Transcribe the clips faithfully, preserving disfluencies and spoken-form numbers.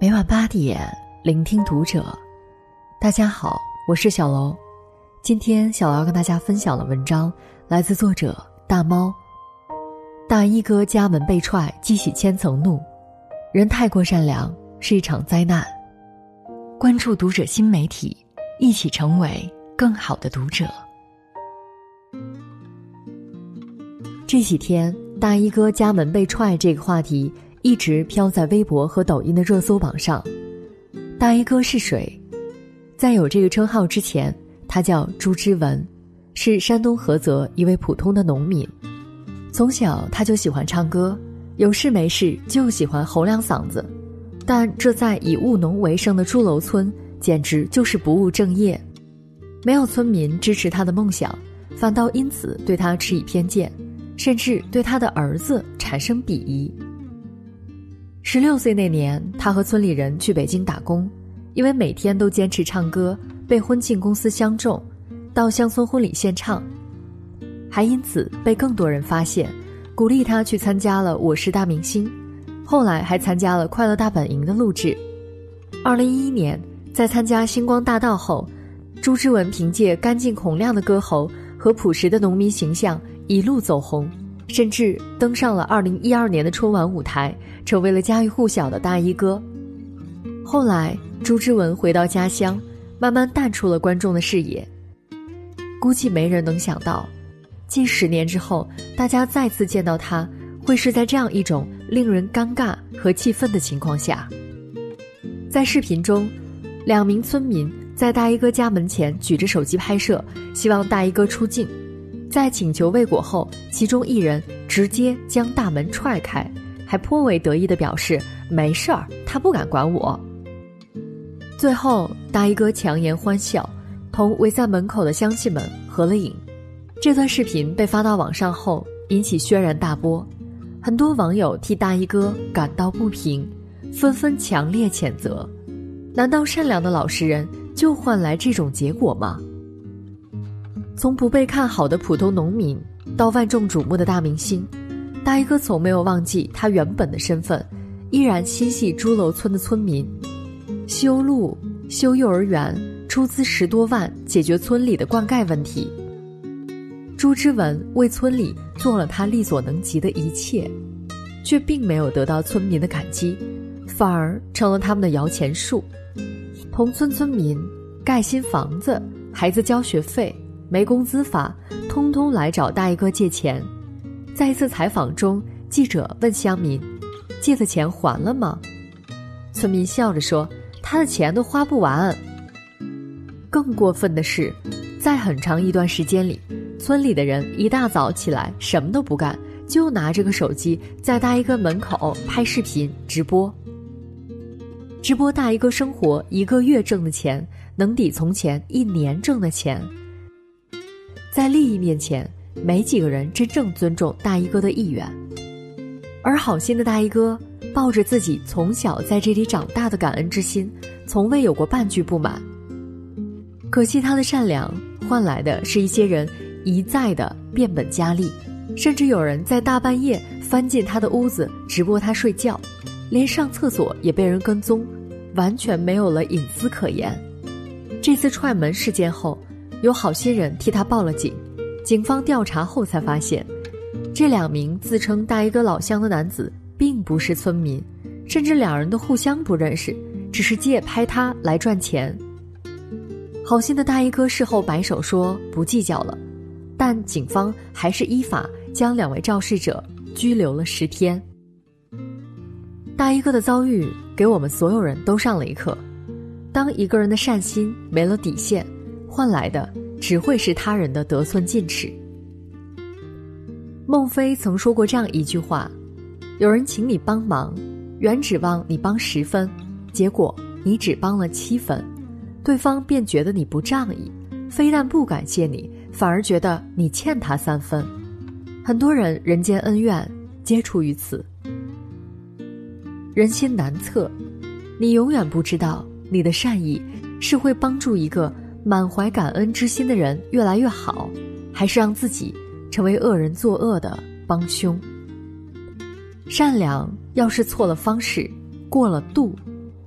每晚八点，聆听读者。大家好，我是小楼。今天小楼要跟大家分享的文章来自作者大猫。大衣哥家门被踹，激起千层怒。人太过善良是一场灾难。关注读者新媒体，一起成为更好的读者。这几天大衣哥家门被踹这个话题一直飘在微博和抖音的热搜榜上。大衣哥是谁？在有这个称号之前，他叫朱之文，是山东菏泽一位普通的农民。从小他就喜欢唱歌，有事没事就喜欢吼两嗓子，但这在以务农为生的朱楼村简直就是不务正业。没有村民支持他的梦想，反倒因此对他持以偏见，甚至对他的儿子产生鄙夷。十六岁那年，他和村里人去北京打工，因为每天都坚持唱歌，被婚庆公司相中，到乡村婚礼献唱，还因此被更多人发现，鼓励他去参加了《我是大明星》，后来还参加了《快乐大本营》的录制。二零一一年，在参加星光大道后，朱之文凭借干净洪亮的歌喉和朴实的农民形象一路走红，甚至登上了二零一二年的春晚舞台，成为了家喻户晓的大衣哥。后来朱之文回到家乡，慢慢淡出了观众的视野。估计没人能想到，近十年之后，大家再次见到他，会是在这样一种令人尴尬和气愤的情况下。在视频中，两名村民在大衣哥家门前举着手机拍摄，希望大衣哥出镜。在请求未果后，其中一人直接将大门踹开，还颇为得意地表示没事儿，他不敢管我。最后大衣哥强颜欢笑，同围在门口的乡亲们合了影。这段视频被发到网上后引起轩然大波，很多网友替大衣哥感到不平，纷纷强烈谴责。难道善良的老实人就换来这种结果吗？从不被看好的普通农民到万众瞩目的大明星，大衣哥从没有忘记他原本的身份，依然心系朱楼村的村民。修路、修幼儿园，出资十多万解决村里的灌溉问题。朱之文为村里做了他力所能及的一切，却并没有得到村民的感激，反而成了他们的摇钱树。同村村民盖新房子、孩子交学费、没工资发，通通来找大衣哥借钱。在一次采访中，记者问乡民：借的钱还了吗？村民笑着说：他的钱都花不完。更过分的是，在很长一段时间里，村里的人一大早起来什么都不干，就拿着个手机在大衣哥门口拍视频直播。直播大衣哥生活一个月挣的钱，能抵从前一年挣的钱。在利益面前，没几个人真正尊重大衣哥的意愿。而好心的大衣哥抱着自己从小在这里长大的感恩之心，从未有过半句不满。可惜他的善良换来的是一些人一再的变本加厉，甚至有人在大半夜翻进他的屋子直播他睡觉，连上厕所也被人跟踪，完全没有了隐私可言。这次踹门事件后，有好心人替他报了警，警方调查后才发现，这两名自称大衣哥老乡的男子并不是村民，甚至两人都互相不认识，只是借拍他来赚钱。好心的大衣哥事后摆手说不计较了，但警方还是依法将两位肇事者拘留了十天。大衣哥的遭遇给我们所有人都上了一课，当一个人的善心没了底线，换来的只会是他人的得寸进尺。孟非曾说过这样一句话：有人请你帮忙，原指望你帮十分，结果你只帮了七分，对方便觉得你不仗义，非但不感谢你，反而觉得你欠他三分。很多人人间恩怨皆出于此。人心难测，你永远不知道你的善意是会帮助一个满怀感恩之心的人越来越好，还是让自己成为恶人作恶的帮凶。善良要是错了方式，过了度，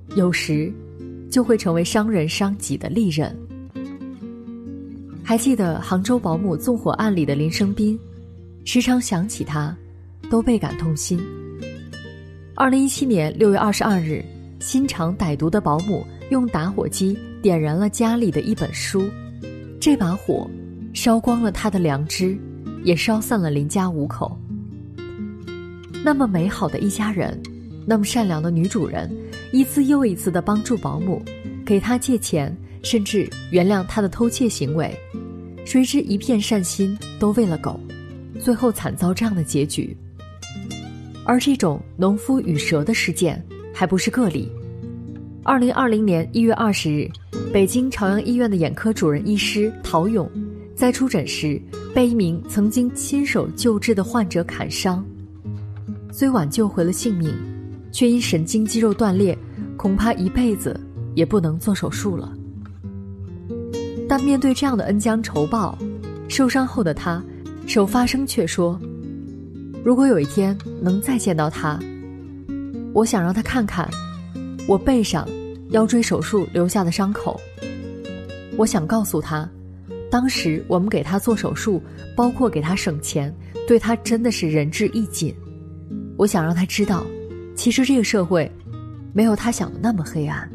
有时就会成为伤人伤己的利刃。还记得杭州保姆纵火案里的林生斌，时常想起他都倍感痛心。二零一七年六月二十二日，心肠歹毒的保姆用打火机点燃了家里的一本书，这把火烧光了他的良知，也烧散了邻家五口。那么美好的一家人，那么善良的女主人，一次又一次地帮助保姆，给她借钱，甚至原谅她的偷窃行为，谁知一片善心都喂了狗，最后惨遭这样的结局。而这种农夫与蛇的事件还不是个例。二零二零年一月二十日，北京朝阳医院的眼科主任医师陶勇在出诊时被一名曾经亲手救治的患者砍伤，虽挽救回了性命，却因神经肌肉断裂，恐怕一辈子也不能做手术了。但面对这样的恩将仇报，受伤后的他手发声却说，如果有一天能再见到他，我想让他看看我背上腰椎手术留下的伤口。我想告诉他，当时我们给他做手术，包括给他省钱，对他真的是仁至义尽。我想让他知道，其实这个社会没有他想的那么黑暗。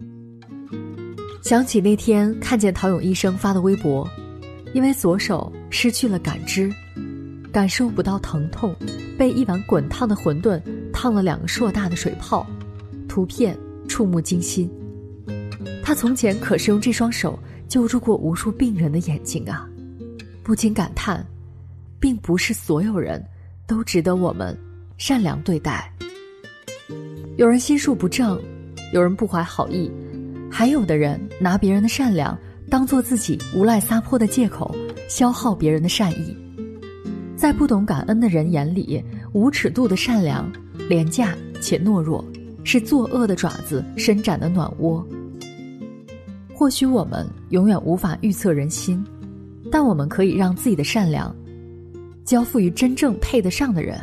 想起那天看见陶勇医生发的微博，因为左手失去了感知，感受不到疼痛，被一碗滚烫的馄饨烫了两个硕大的水泡，图片触目惊心。他从前可是用这双手救助过无数病人的眼睛啊，不禁感叹，并不是所有人都值得我们善良对待。有人心术不正，有人不怀好意，还有的人拿别人的善良当作自己无赖撒泼的借口，消耗别人的善意。在不懂感恩的人眼里，无尺度的善良廉价且懦弱，是作恶的爪子伸展的暖窝。或许我们永远无法预测人心，但我们可以让自己的善良交付于真正配得上的人。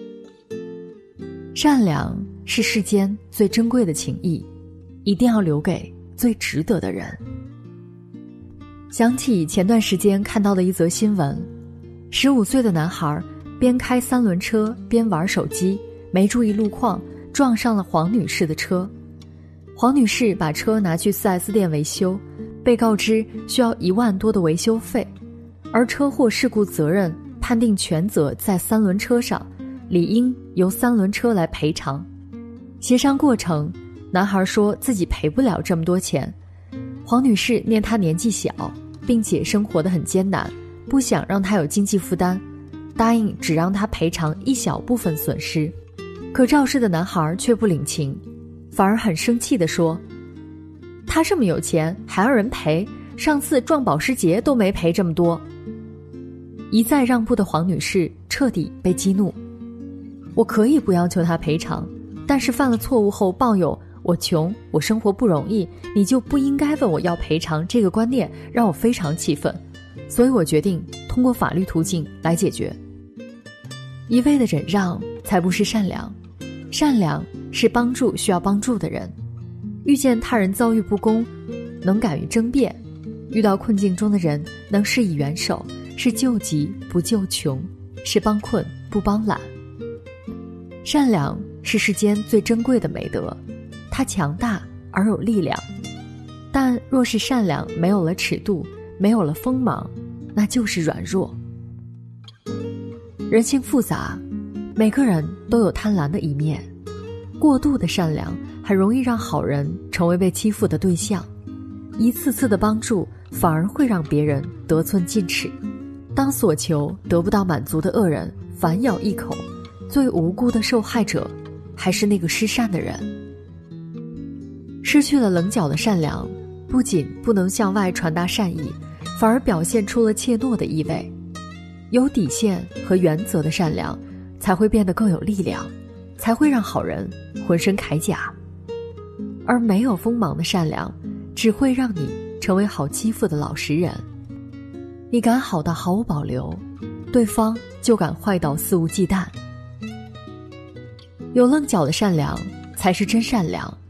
善良是世间最珍贵的情谊，一定要留给最值得的人。想起前段时间看到的一则新闻，十五岁的男孩边开三轮车边玩手机，没注意路况，撞上了黄女士的车。黄女士把车拿去 四 S 店维修，被告知需要一万多的维修费，而车祸事故责任判定全责在三轮车上，理应由三轮车来赔偿。协商过程，男孩说自己赔不了这么多钱，黄女士念他年纪小，并且生活得很艰难，不想让他有经济负担，答应只让他赔偿一小部分损失。可肇事的男孩却不领情，反而很生气地说，他这么有钱还让人赔，上次撞保时捷都没赔这么多。一再让步的黄女士彻底被激怒，我可以不要求他赔偿，但是犯了错误后抱有我穷，我生活不容易，你就不应该问我要赔偿，这个观念让我非常气愤，所以我决定通过法律途径来解决。一味的忍让才不是善良，善良是帮助需要帮助的人，遇见他人遭遇不公，能敢于争辩，遇到困境中的人能施以援手，是救急不救穷，是帮困不帮懒。善良是世间最珍贵的美德，它强大而有力量，但若是善良没有了尺度，没有了锋芒，那就是软弱。人性复杂，每个人都有贪婪的一面，过度的善良很容易让好人成为被欺负的对象，一次次的帮助反而会让别人得寸进尺。当所求得不到满足的恶人反咬一口，最无辜的受害者还是那个施善的人。失去了棱角的善良，不仅不能向外传达善意，反而表现出了怯懦的意味。有底线和原则的善良才会变得更有力量，才会让好人浑身铠甲。而没有锋芒的善良，只会让你成为好欺负的老实人。你敢好到毫无保留，对方就敢坏到肆无忌惮。有棱角的善良才是真善良，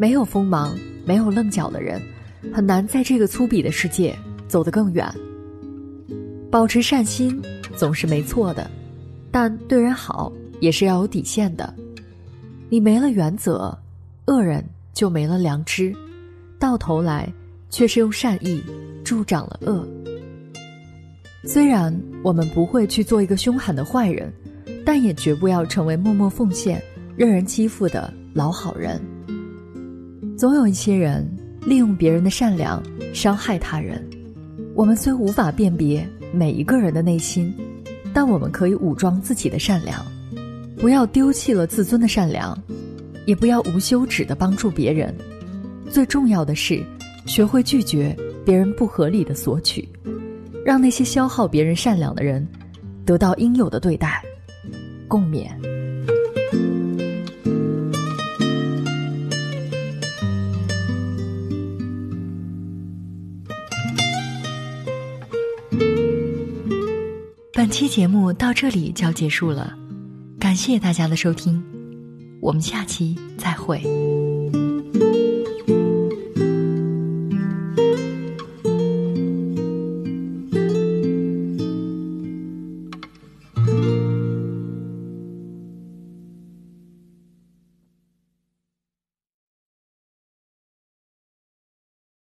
没有锋芒，没有棱角的人，很难在这个粗鄙的世界走得更远。保持善心总是没错的，但对人好也是要有底线的。你没了原则，恶人就没了良知，到头来却是用善意助长了恶。虽然我们不会去做一个凶狠的坏人，但也绝不要成为默默奉献、任人欺负的老好人。总有一些人利用别人的善良伤害他人，我们虽无法辨别每一个人的内心，但我们可以武装自己的善良，不要丢弃了自尊的善良，也不要无休止地帮助别人。最重要的是学会拒绝别人不合理的索取，让那些消耗别人善良的人得到应有的对待。共勉。本期节目到这里就要结束了，感谢大家的收听，我们下期再会。